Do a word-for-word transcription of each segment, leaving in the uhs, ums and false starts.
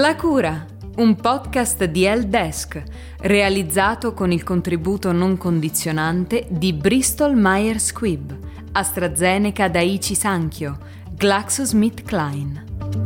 La cura, un podcast di Helpdesk, realizzato con il contributo non condizionante di Bristol Myers Squibb, AstraZeneca Daiichi Sankyo, GlaxoSmithKline.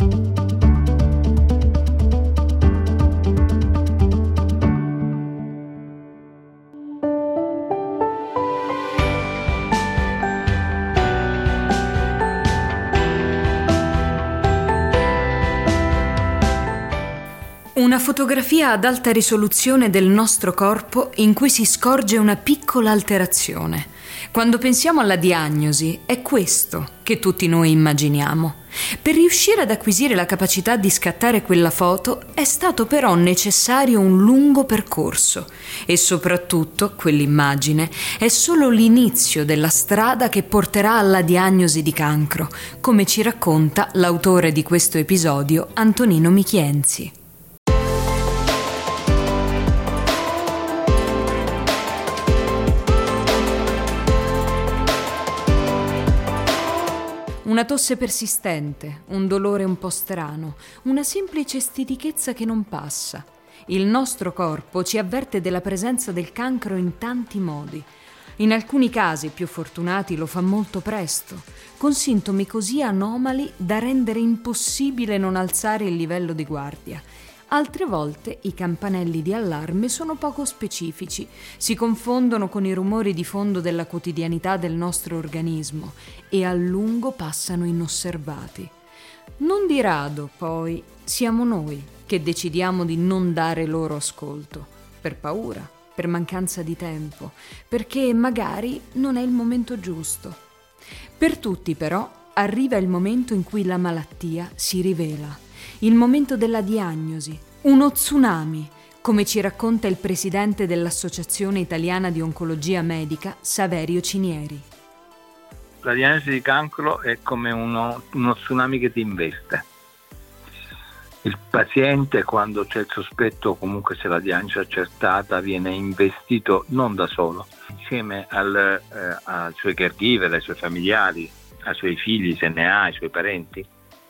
Una fotografia ad alta risoluzione del nostro corpo in cui si scorge una piccola alterazione. Quando pensiamo alla diagnosi, è questo che tutti noi immaginiamo. Per riuscire ad acquisire la capacità di scattare quella foto è stato però necessario un lungo percorso e soprattutto quell'immagine è solo l'inizio della strada che porterà alla diagnosi di cancro, come ci racconta l'autore di questo episodio, Antonino Michienzi. Una tosse persistente, un dolore un po' strano, una semplice stitichezza che non passa. Il nostro corpo ci avverte della presenza del cancro in tanti modi. In alcuni casi, più fortunati, lo fa molto presto, con sintomi così anomali da rendere impossibile non alzare il livello di guardia. Altre volte i campanelli di allarme sono poco specifici, si confondono con i rumori di fondo della quotidianità del nostro organismo e a lungo passano inosservati. Non di rado, poi, siamo noi che decidiamo di non dare loro ascolto, per paura, per mancanza di tempo, perché magari non è il momento giusto. Per tutti, però, arriva il momento in cui la malattia si rivela. Il momento della diagnosi, uno tsunami, come ci racconta il presidente dell'Associazione Italiana di Oncologia Medica, Saverio Cinieri. La diagnosi di cancro è come uno, uno tsunami che ti investe. Il paziente, quando c'è il sospetto, comunque se la diagnosi è accertata, viene investito non da solo, insieme al, eh, ai suoi caregiver, ai suoi familiari, ai suoi figli se ne ha, ai suoi parenti,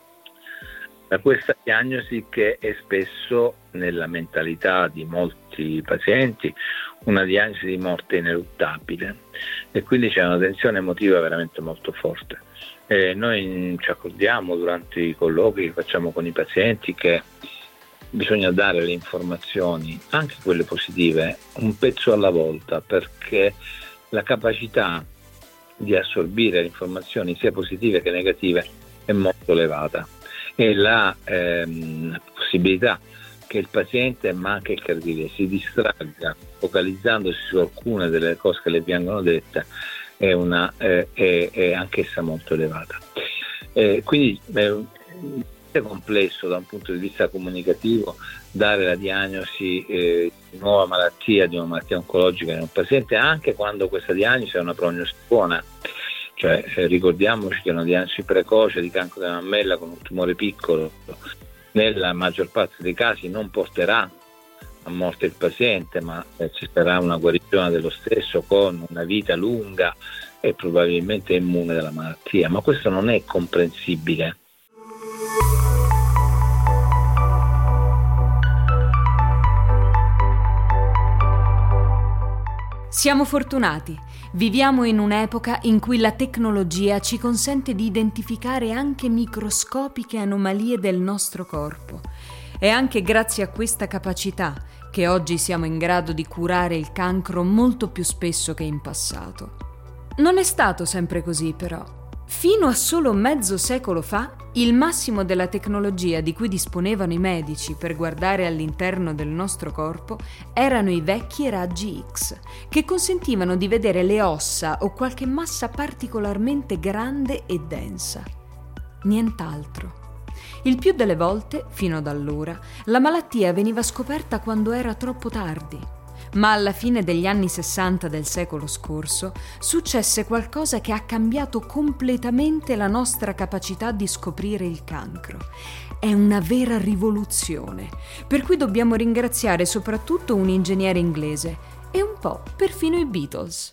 da questa diagnosi che è spesso nella mentalità di molti pazienti una diagnosi di morte ineluttabile e quindi c'è una tensione emotiva veramente molto forte. E noi ci accordiamo durante i colloqui che facciamo con i pazienti che bisogna dare le informazioni, anche quelle positive, un pezzo alla volta, perché la capacità di assorbire le informazioni sia positive che negative è molto elevata. E la ehm, possibilità che il paziente ma anche il caregiver si distragga focalizzandosi su alcune delle cose che le vengono dette è, una, eh, è, è anch'essa molto elevata. Eh, quindi eh, è complesso da un punto di vista comunicativo dare la diagnosi eh, di nuova malattia, di una malattia oncologica in un paziente, anche quando questa diagnosi è una prognosi buona. Cioè, eh, ricordiamoci che una diagnosi precoce di cancro della mammella con un tumore piccolo nella maggior parte dei casi non porterà a morte il paziente, ma eh, ci sarà una guarigione dello stesso con una vita lunga e probabilmente immune dalla malattia, ma questo non è comprensibile. Siamo fortunati. Viviamo in un'epoca in cui la tecnologia ci consente di identificare anche microscopiche anomalie del nostro corpo. È anche grazie a questa capacità che oggi siamo in grado di curare il cancro molto più spesso che in passato. Non è stato sempre così, però. Fino a solo mezzo secolo fa, il massimo della tecnologia di cui disponevano i medici per guardare all'interno del nostro corpo erano i vecchi raggi X, che consentivano di vedere le ossa o qualche massa particolarmente grande e densa. Nient'altro. Il più delle volte, fino ad allora, la malattia veniva scoperta quando era troppo tardi. Ma alla fine degli anni sessanta del secolo scorso successe qualcosa che ha cambiato completamente la nostra capacità di scoprire il cancro. È una vera rivoluzione, per cui dobbiamo ringraziare soprattutto un ingegnere inglese e un po' perfino i Beatles.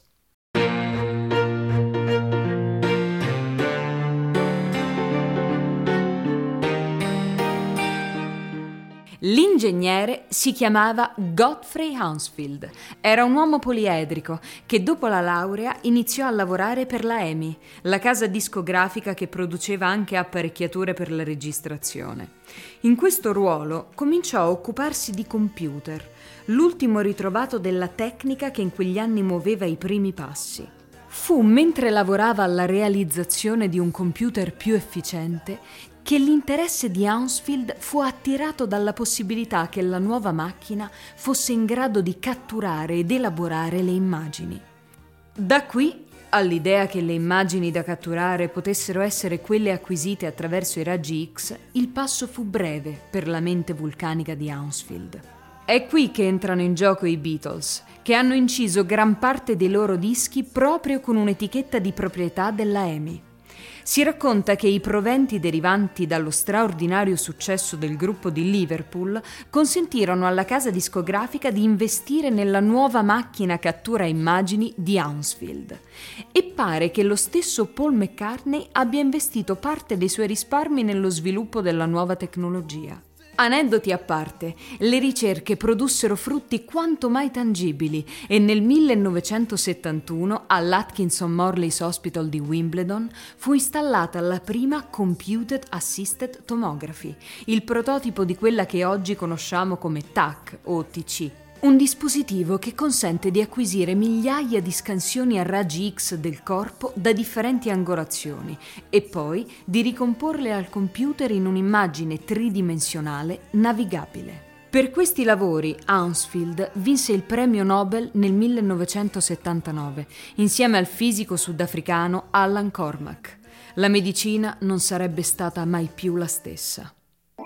L'ingegnere si chiamava Godfrey Hounsfield. Era un uomo poliedrico che dopo la laurea iniziò a lavorare per la E M I, la casa discografica che produceva anche apparecchiature per la registrazione. In questo ruolo cominciò a occuparsi di computer, l'ultimo ritrovato della tecnica che in quegli anni muoveva i primi passi. Fu mentre lavorava alla realizzazione di un computer più efficiente che l'interesse di Hounsfield fu attirato dalla possibilità che la nuova macchina fosse in grado di catturare ed elaborare le immagini. Da qui all'idea che le immagini da catturare potessero essere quelle acquisite attraverso i raggi X, il passo fu breve per la mente vulcanica di Hounsfield. È qui che entrano in gioco i Beatles, che hanno inciso gran parte dei loro dischi proprio con un'etichetta di proprietà della E M I. Si racconta che i proventi derivanti dallo straordinario successo del gruppo di Liverpool consentirono alla casa discografica di investire nella nuova macchina cattura immagini di Hounsfield. E pare che lo stesso Paul McCartney abbia investito parte dei suoi risparmi nello sviluppo della nuova tecnologia. Aneddoti a parte, le ricerche produssero frutti quanto mai tangibili e nel millenovecentosettantuno all'Atkinson Morley's Hospital di Wimbledon fu installata la prima Computed Assisted Tomography, il prototipo di quella che oggi conosciamo come T A C o T C. Un dispositivo che consente di acquisire migliaia di scansioni a raggi X del corpo da differenti angolazioni e poi di ricomporle al computer in un'immagine tridimensionale navigabile. Per questi lavori Hounsfield vinse il premio Nobel nel millenovecentosettantanove insieme al fisico sudafricano Alan Cormack. La medicina non sarebbe stata mai più la stessa.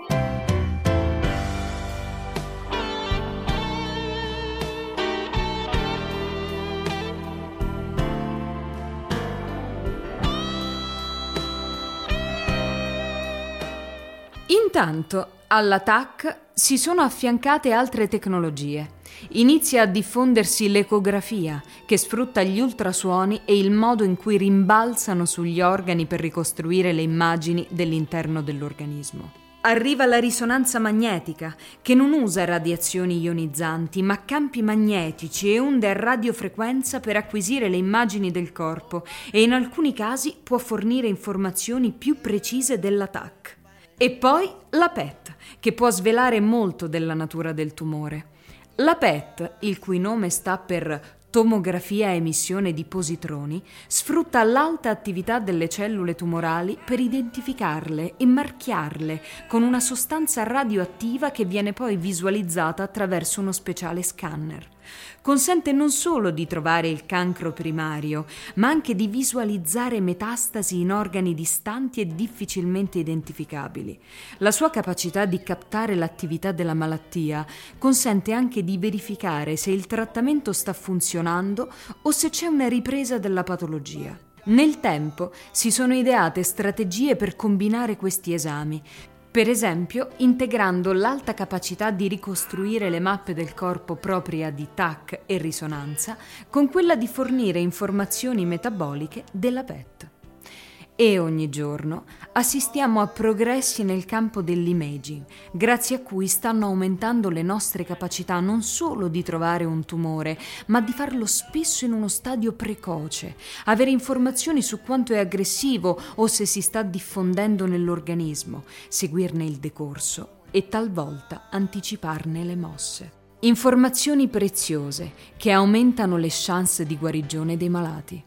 Intanto, alla T A C si sono affiancate altre tecnologie. Inizia a diffondersi l'ecografia, che sfrutta gli ultrasuoni e il modo in cui rimbalzano sugli organi per ricostruire le immagini dell'interno dell'organismo. Arriva la risonanza magnetica, che non usa radiazioni ionizzanti, ma campi magnetici e onde a radiofrequenza per acquisire le immagini del corpo e in alcuni casi può fornire informazioni più precise della T A C. E poi la P E T, che può svelare molto della natura del tumore. La P E T, il cui nome sta per tomografia a emissione di positroni, sfrutta l'alta attività delle cellule tumorali per identificarle e marchiarle con una sostanza radioattiva che viene poi visualizzata attraverso uno speciale scanner. Consente non solo di trovare il cancro primario, ma anche di visualizzare metastasi in organi distanti e difficilmente identificabili. La sua capacità di captare l'attività della malattia consente anche di verificare se il trattamento sta funzionando o se c'è una ripresa della patologia. Nel tempo si sono ideate strategie per combinare questi esami, per esempio integrando l'alta capacità di ricostruire le mappe del corpo propria di T A C e risonanza con quella di fornire informazioni metaboliche della P E T. E ogni giorno assistiamo a progressi nel campo dell'imaging, grazie a cui stanno aumentando le nostre capacità non solo di trovare un tumore, ma di farlo spesso in uno stadio precoce, avere informazioni su quanto è aggressivo o se si sta diffondendo nell'organismo, seguirne il decorso e talvolta anticiparne le mosse. Informazioni preziose che aumentano le chance di guarigione dei malati.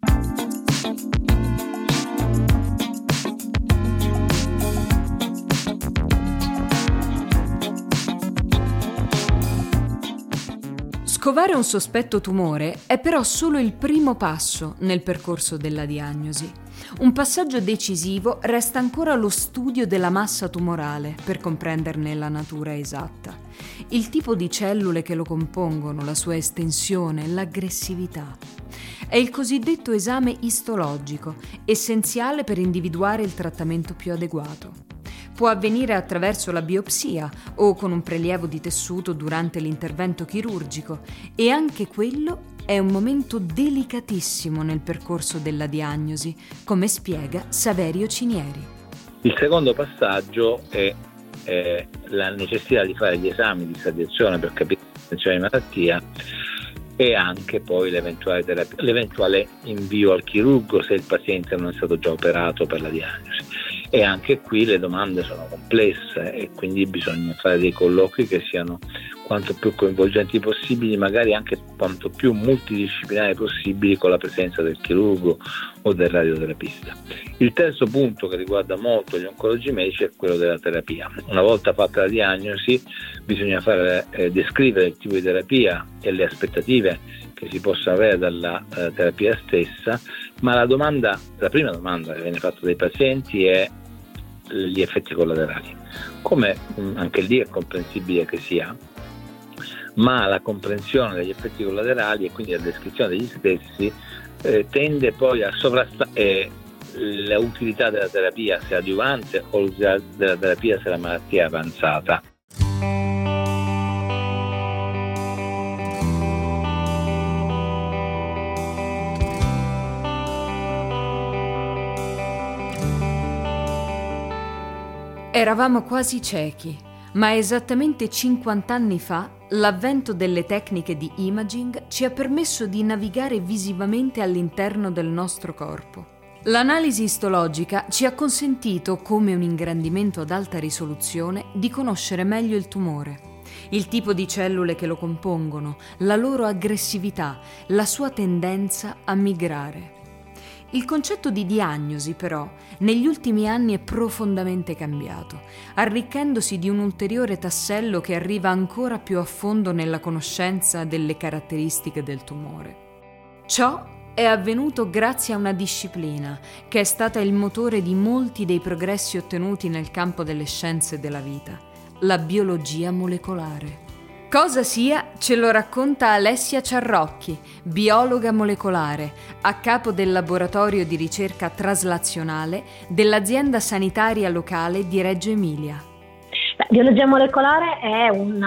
Scovare un sospetto tumore è però solo il primo passo nel percorso della diagnosi. Un passaggio decisivo resta ancora lo studio della massa tumorale per comprenderne la natura esatta, il tipo di cellule che lo compongono, la sua estensione, l'aggressività. È il cosiddetto esame istologico, essenziale per individuare il trattamento più adeguato. Può avvenire attraverso la biopsia o con un prelievo di tessuto durante l'intervento chirurgico e anche quello è un momento delicatissimo nel percorso della diagnosi, come spiega Saverio Cinieri. Il secondo passaggio è eh, la necessità di fare gli esami di stadiazione per capire l'intenzione di malattia, e anche poi l'eventuale, terapia, l'eventuale invio al chirurgo se il paziente non è stato già operato per la diagnosi. E anche qui le domande sono complesse e quindi bisogna fare dei colloqui che siano quanto più coinvolgenti possibili, magari anche quanto più multidisciplinari possibili, con la presenza del chirurgo o del radioterapista. Il terzo punto, che riguarda molto gli oncologi medici, è quello della terapia. Una volta fatta la diagnosi bisogna fare, eh, descrivere il tipo di terapia e le aspettative che si possono avere dalla eh, terapia stessa, ma la domanda, la prima domanda che viene fatta dai pazienti è gli effetti collaterali. Come mh, anche lì è comprensibile che sia, ma la comprensione degli effetti collaterali e quindi la descrizione degli stessi eh, tende poi a sovrastare eh, l'utilità della terapia se adiuvante o l'utilità della terapia se la malattia è avanzata. Eravamo quasi ciechi, ma esattamente cinquanta anni fa l'avvento delle tecniche di imaging ci ha permesso di navigare visivamente all'interno del nostro corpo. L'analisi istologica ci ha consentito, come un ingrandimento ad alta risoluzione, di conoscere meglio il tumore, il tipo di cellule che lo compongono, la loro aggressività, la sua tendenza a migrare. Il concetto di diagnosi, però, negli ultimi anni è profondamente cambiato, arricchendosi di un ulteriore tassello che arriva ancora più a fondo nella conoscenza delle caratteristiche del tumore. Ciò è avvenuto grazie a una disciplina che è stata il motore di molti dei progressi ottenuti nel campo delle scienze della vita, la biologia molecolare. Cosa sia, ce lo racconta Alessia Ciarrocchi, biologa molecolare, a capo del laboratorio di ricerca traslazionale dell'azienda sanitaria locale di Reggio Emilia. La biologia molecolare è un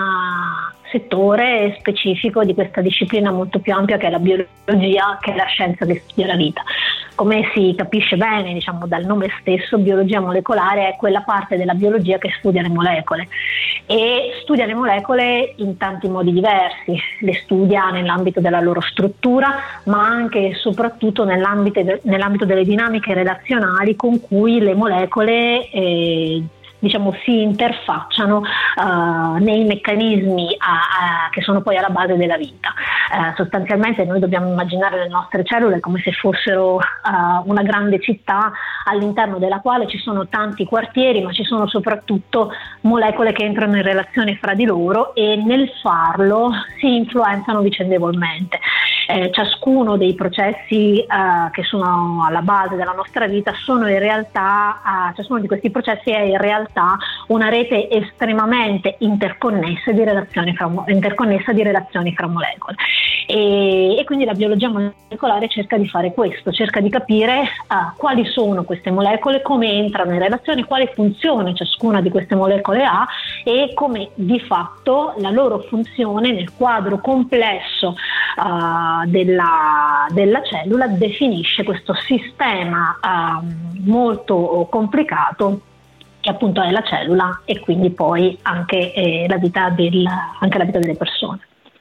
settore specifico di questa disciplina molto più ampia che è la biologia, che è la scienza che studia la vita. Come si capisce bene, diciamo, dal nome stesso, biologia molecolare è quella parte della biologia che studia le molecole e studia le molecole in tanti modi diversi. Le studia nell'ambito della loro struttura, ma anche e soprattutto nell'ambito, de- nell'ambito delle dinamiche relazionali con cui le molecole eh, diciamo si interfacciano uh, nei meccanismi a, a, che sono poi alla base della vita. Uh, sostanzialmente noi dobbiamo immaginare le nostre cellule come se fossero uh, una grande città all'interno della quale ci sono tanti quartieri, ma ci sono soprattutto molecole che entrano in relazione fra di loro e nel farlo si influenzano vicendevolmente. Eh, ciascuno dei processi uh, che sono alla base della nostra vita sono in realtà, uh, ciascuno di questi processi è in realtà una rete estremamente interconnessa di relazioni fra, interconnessa di relazioni fra molecole. E, e quindi la biologia molecolare cerca di fare questo, cerca di capire uh, quali sono queste molecole, come entrano in relazione, quale funzione ciascuna di queste molecole ha e come di fatto la loro funzione nel quadro complesso uh, Della, della cellula definisce questo sistema uh, molto complicato che appunto è la cellula e quindi poi anche, eh, la vita del, anche la vita delle persone.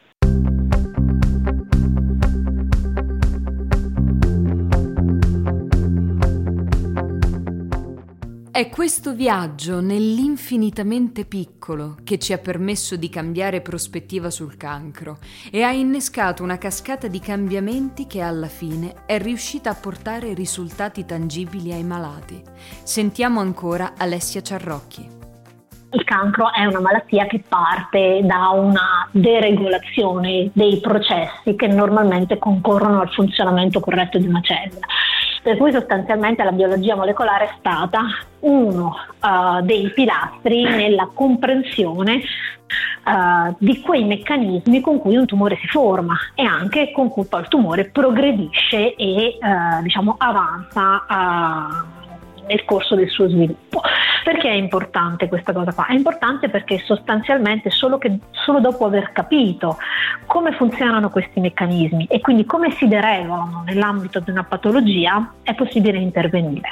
È questo viaggio nell'infinitamente piccolo che ci ha permesso di cambiare prospettiva sul cancro e ha innescato una cascata di cambiamenti che alla fine è riuscita a portare risultati tangibili ai malati. Sentiamo ancora Alessia Ciarrocchi. Il cancro è una malattia che parte da una deregolazione dei processi che normalmente concorrono al funzionamento corretto di una cellula. Per cui sostanzialmente la biologia molecolare è stata uno uh, dei pilastri nella comprensione uh, di quei meccanismi con cui un tumore si forma e anche con cui poi il tumore progredisce e uh, diciamo avanza uh, nel corso del suo sviluppo. Perché è importante questa cosa qua? È importante perché sostanzialmente solo, che, solo dopo aver capito come funzionano questi meccanismi e quindi come si deregolano nell'ambito di una patologia è possibile intervenire.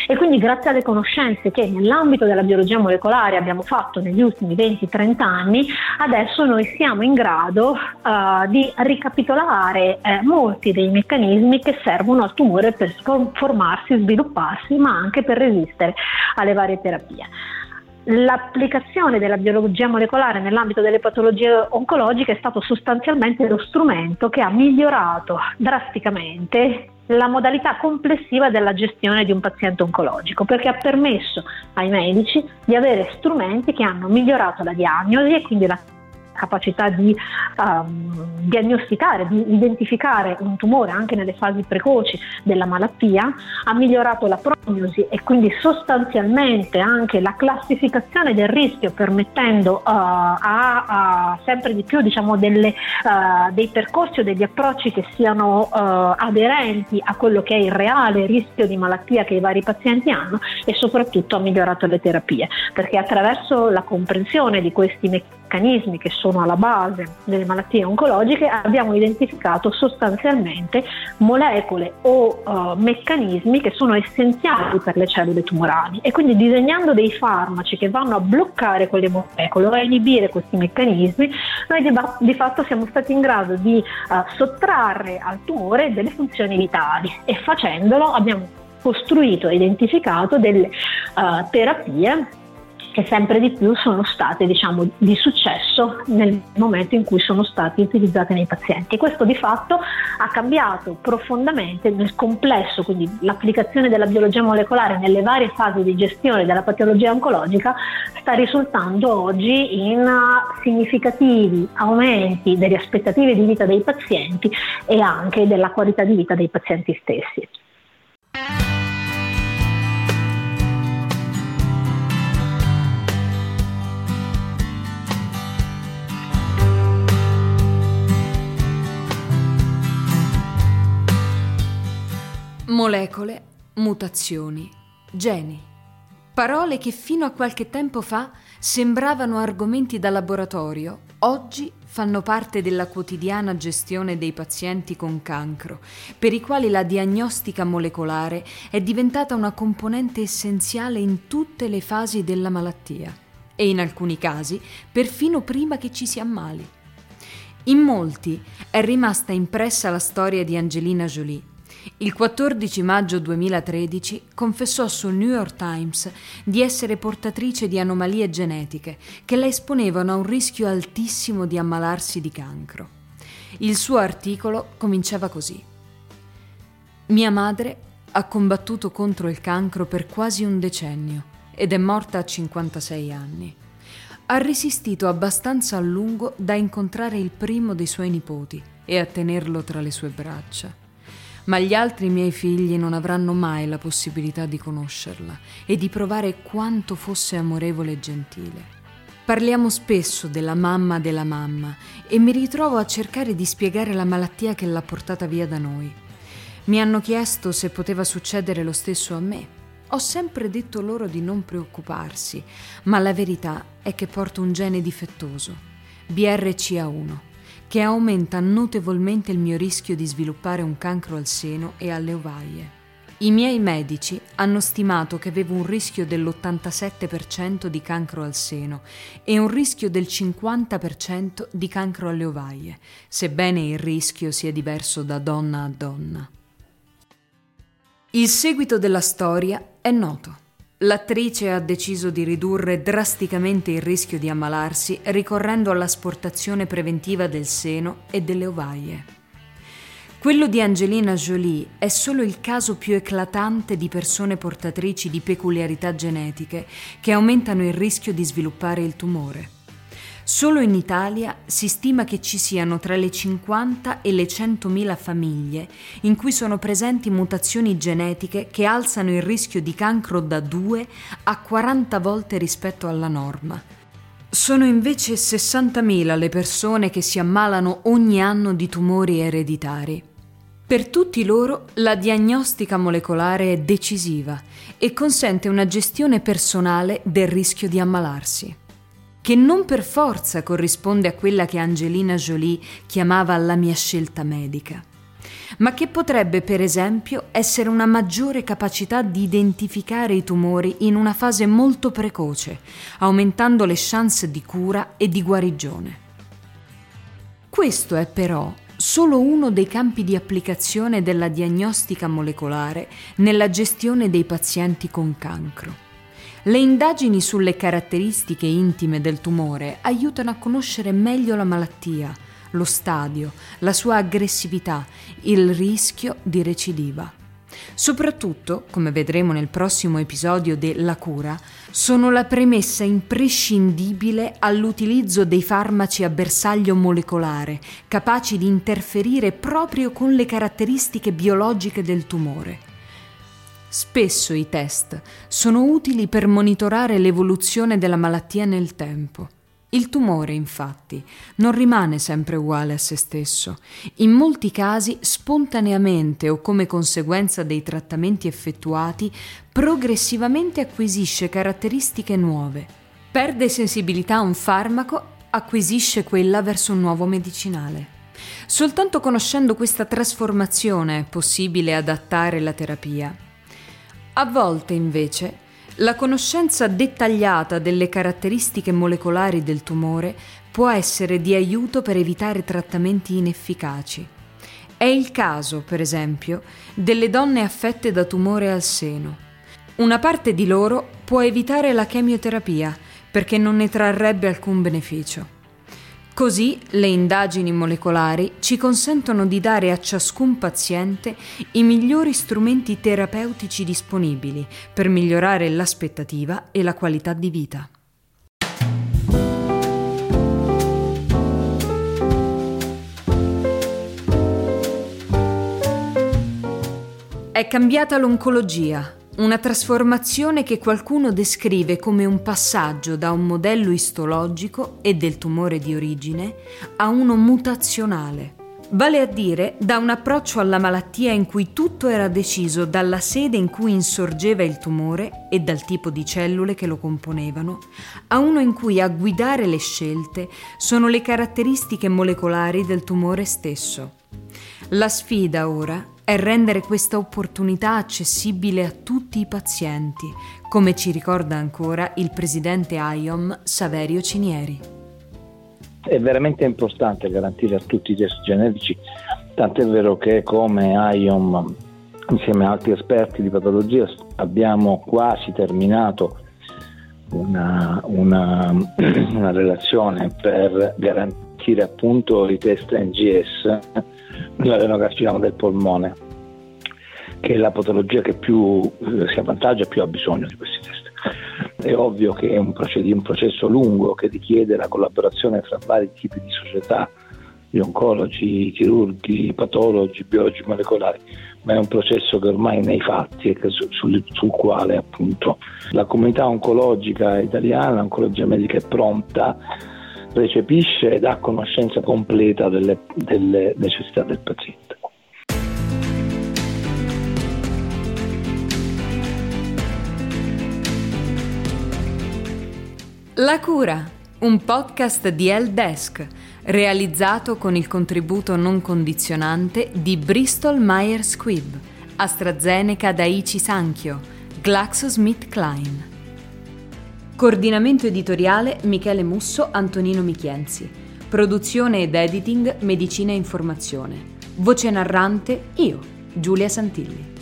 E quindi grazie alle conoscenze che nell'ambito della biologia molecolare abbiamo fatto negli ultimi venti trenta anni, adesso noi siamo in grado uh, di ricapitolare eh, molti dei meccanismi che servono al tumore per formarsi, svilupparsi, ma anche per resistere alle varie terapie. L'applicazione della biologia molecolare nell'ambito delle patologie oncologiche è stato sostanzialmente lo strumento che ha migliorato drasticamente la modalità complessiva della gestione di un paziente oncologico, perché ha permesso ai medici di avere strumenti che hanno migliorato la diagnosi e quindi la capacità di um, diagnosticare, di identificare un tumore anche nelle fasi precoci della malattia, ha migliorato la prognosi e quindi sostanzialmente anche la classificazione del rischio, permettendo uh, a, a sempre di più diciamo delle, uh, dei percorsi o degli approcci che siano uh, aderenti a quello che è il reale rischio di malattia che i vari pazienti hanno, e soprattutto ha migliorato le terapie, perché attraverso la comprensione di questi meccanismi che sono alla base delle malattie oncologiche abbiamo identificato sostanzialmente molecole o uh, meccanismi che sono essenziali per le cellule tumorali, e quindi disegnando dei farmaci che vanno a bloccare quelle molecole o a inibire questi meccanismi, noi di, ba- di fatto siamo stati in grado di uh, sottrarre al tumore delle funzioni vitali, e facendolo abbiamo costruito e identificato delle uh, terapie che sempre di più sono state diciamo di successo nel momento in cui sono state utilizzate nei pazienti. Questo di fatto ha cambiato profondamente nel complesso, quindi l'applicazione della biologia molecolare nelle varie fasi di gestione della patologia oncologica sta risultando oggi in significativi aumenti delle aspettative di vita dei pazienti e anche della qualità di vita dei pazienti stessi. Molecole, mutazioni, geni. Parole che fino a qualche tempo fa sembravano argomenti da laboratorio, oggi fanno parte della quotidiana gestione dei pazienti con cancro, per i quali la diagnostica molecolare è diventata una componente essenziale in tutte le fasi della malattia e in alcuni casi perfino prima che ci si ammali. In molti è rimasta impressa la storia di Angelina Jolie. Il quattordici maggio duemilatredici confessò sul New York Times di essere portatrice di anomalie genetiche che la esponevano a un rischio altissimo di ammalarsi di cancro. Il suo articolo cominciava così: Mia madre ha combattuto contro il cancro per quasi un decennio ed è morta a cinquantasei anni. Ha resistito abbastanza a lungo da incontrare il primo dei suoi nipoti e a tenerlo tra le sue braccia. Ma gli altri miei figli non avranno mai la possibilità di conoscerla e di provare quanto fosse amorevole e gentile. Parliamo spesso della mamma della mamma e mi ritrovo a cercare di spiegare la malattia che l'ha portata via da noi. Mi hanno chiesto se poteva succedere lo stesso a me. Ho sempre detto loro di non preoccuparsi, ma la verità è che porto un gene difettoso, B R C A uno. Che aumenta notevolmente il mio rischio di sviluppare un cancro al seno e alle ovaie. I miei medici hanno stimato che avevo un rischio dell'ottantasette per cento di cancro al seno e un rischio del cinquanta per cento di cancro alle ovaie, sebbene il rischio sia diverso da donna a donna. Il seguito della storia è noto. L'attrice ha deciso di ridurre drasticamente il rischio di ammalarsi ricorrendo all'asportazione preventiva del seno e delle ovaie. Quello di Angelina Jolie è solo il caso più eclatante di persone portatrici di peculiarità genetiche che aumentano il rischio di sviluppare il tumore. Solo in Italia si stima che ci siano tra le cinquanta e le centomila famiglie in cui sono presenti mutazioni genetiche che alzano il rischio di cancro da due a quaranta volte rispetto alla norma. Sono invece sessantamila le persone che si ammalano ogni anno di tumori ereditari. Per tutti loro la diagnostica molecolare è decisiva e consente una gestione personale del rischio di ammalarsi, che non per forza corrisponde a quella che Angelina Jolie chiamava la mia scelta medica. ma che potrebbe per esempio essere una maggiore capacità di identificare i tumori in una fase molto precoce, aumentando le chance di cura e di guarigione. Questo è però solo uno dei campi di applicazione della diagnostica molecolare nella gestione dei pazienti con cancro. Le indagini sulle caratteristiche intime del tumore aiutano a conoscere meglio la malattia, lo stadio, la sua aggressività, il rischio di recidiva. Soprattutto, come vedremo nel prossimo episodio de La cura, sono la premessa imprescindibile all'utilizzo dei farmaci a bersaglio molecolare, capaci di interferire proprio con le caratteristiche biologiche del tumore. Spesso i test sono utili per monitorare l'evoluzione della malattia nel tempo. Il tumore, infatti, non rimane sempre uguale a se stesso. In molti casi, spontaneamente o come conseguenza dei trattamenti effettuati, progressivamente acquisisce caratteristiche nuove. Perde sensibilità a un farmaco, acquisisce quella verso un nuovo medicinale. Soltanto conoscendo questa trasformazione è possibile adattare la terapia. A volte, invece, la conoscenza dettagliata delle caratteristiche molecolari del tumore può essere di aiuto per evitare trattamenti inefficaci. È il caso, per esempio, delle donne affette da tumore al seno. Una parte di loro può evitare la chemioterapia perché non ne trarrebbe alcun beneficio. Così le indagini molecolari ci consentono di dare a ciascun paziente i migliori strumenti terapeutici disponibili per migliorare l'aspettativa e la qualità di vita. È cambiata l'oncologia. Una trasformazione che qualcuno descrive come un passaggio da un modello istologico e del tumore di origine a uno mutazionale, vale a dire da un approccio alla malattia in cui tutto era deciso dalla sede in cui insorgeva il tumore e dal tipo di cellule che lo componevano, a uno in cui a guidare le scelte sono le caratteristiche molecolari del tumore stesso. La sfida ora è rendere questa opportunità accessibile a tutti i pazienti, come ci ricorda ancora il presidente I O M Saverio Cinieri. È veramente importante garantire a tutti i test genetici, tant'è vero che come I O M, insieme a altri esperti di patologia, abbiamo quasi terminato una, una, una relazione per garantire appunto i test N G S l'adenocarcinoma del polmone, che è la patologia che più eh, si avvantaggia e più ha bisogno di questi test. È ovvio che è un, proced- un processo lungo che richiede la collaborazione tra vari tipi di società, gli oncologi, i chirurghi, i patologi, i biologi molecolari, ma è un processo che ormai nei fatti e sul, sul, sul quale appunto la comunità oncologica italiana, l'oncologia medica è pronta, recepisce ed ha conoscenza completa delle, delle necessità del paziente. La cura, un podcast di Helpdesk, realizzato con il contributo non condizionante di Bristol Myers Squibb, AstraZeneca Daiichi Sankyo, GlaxoSmithKline. Coordinamento editoriale Michele Musso, Antonino Michienzi. Produzione ed editing Medicina e Informazione. Voce narrante io, Giulia Santilli.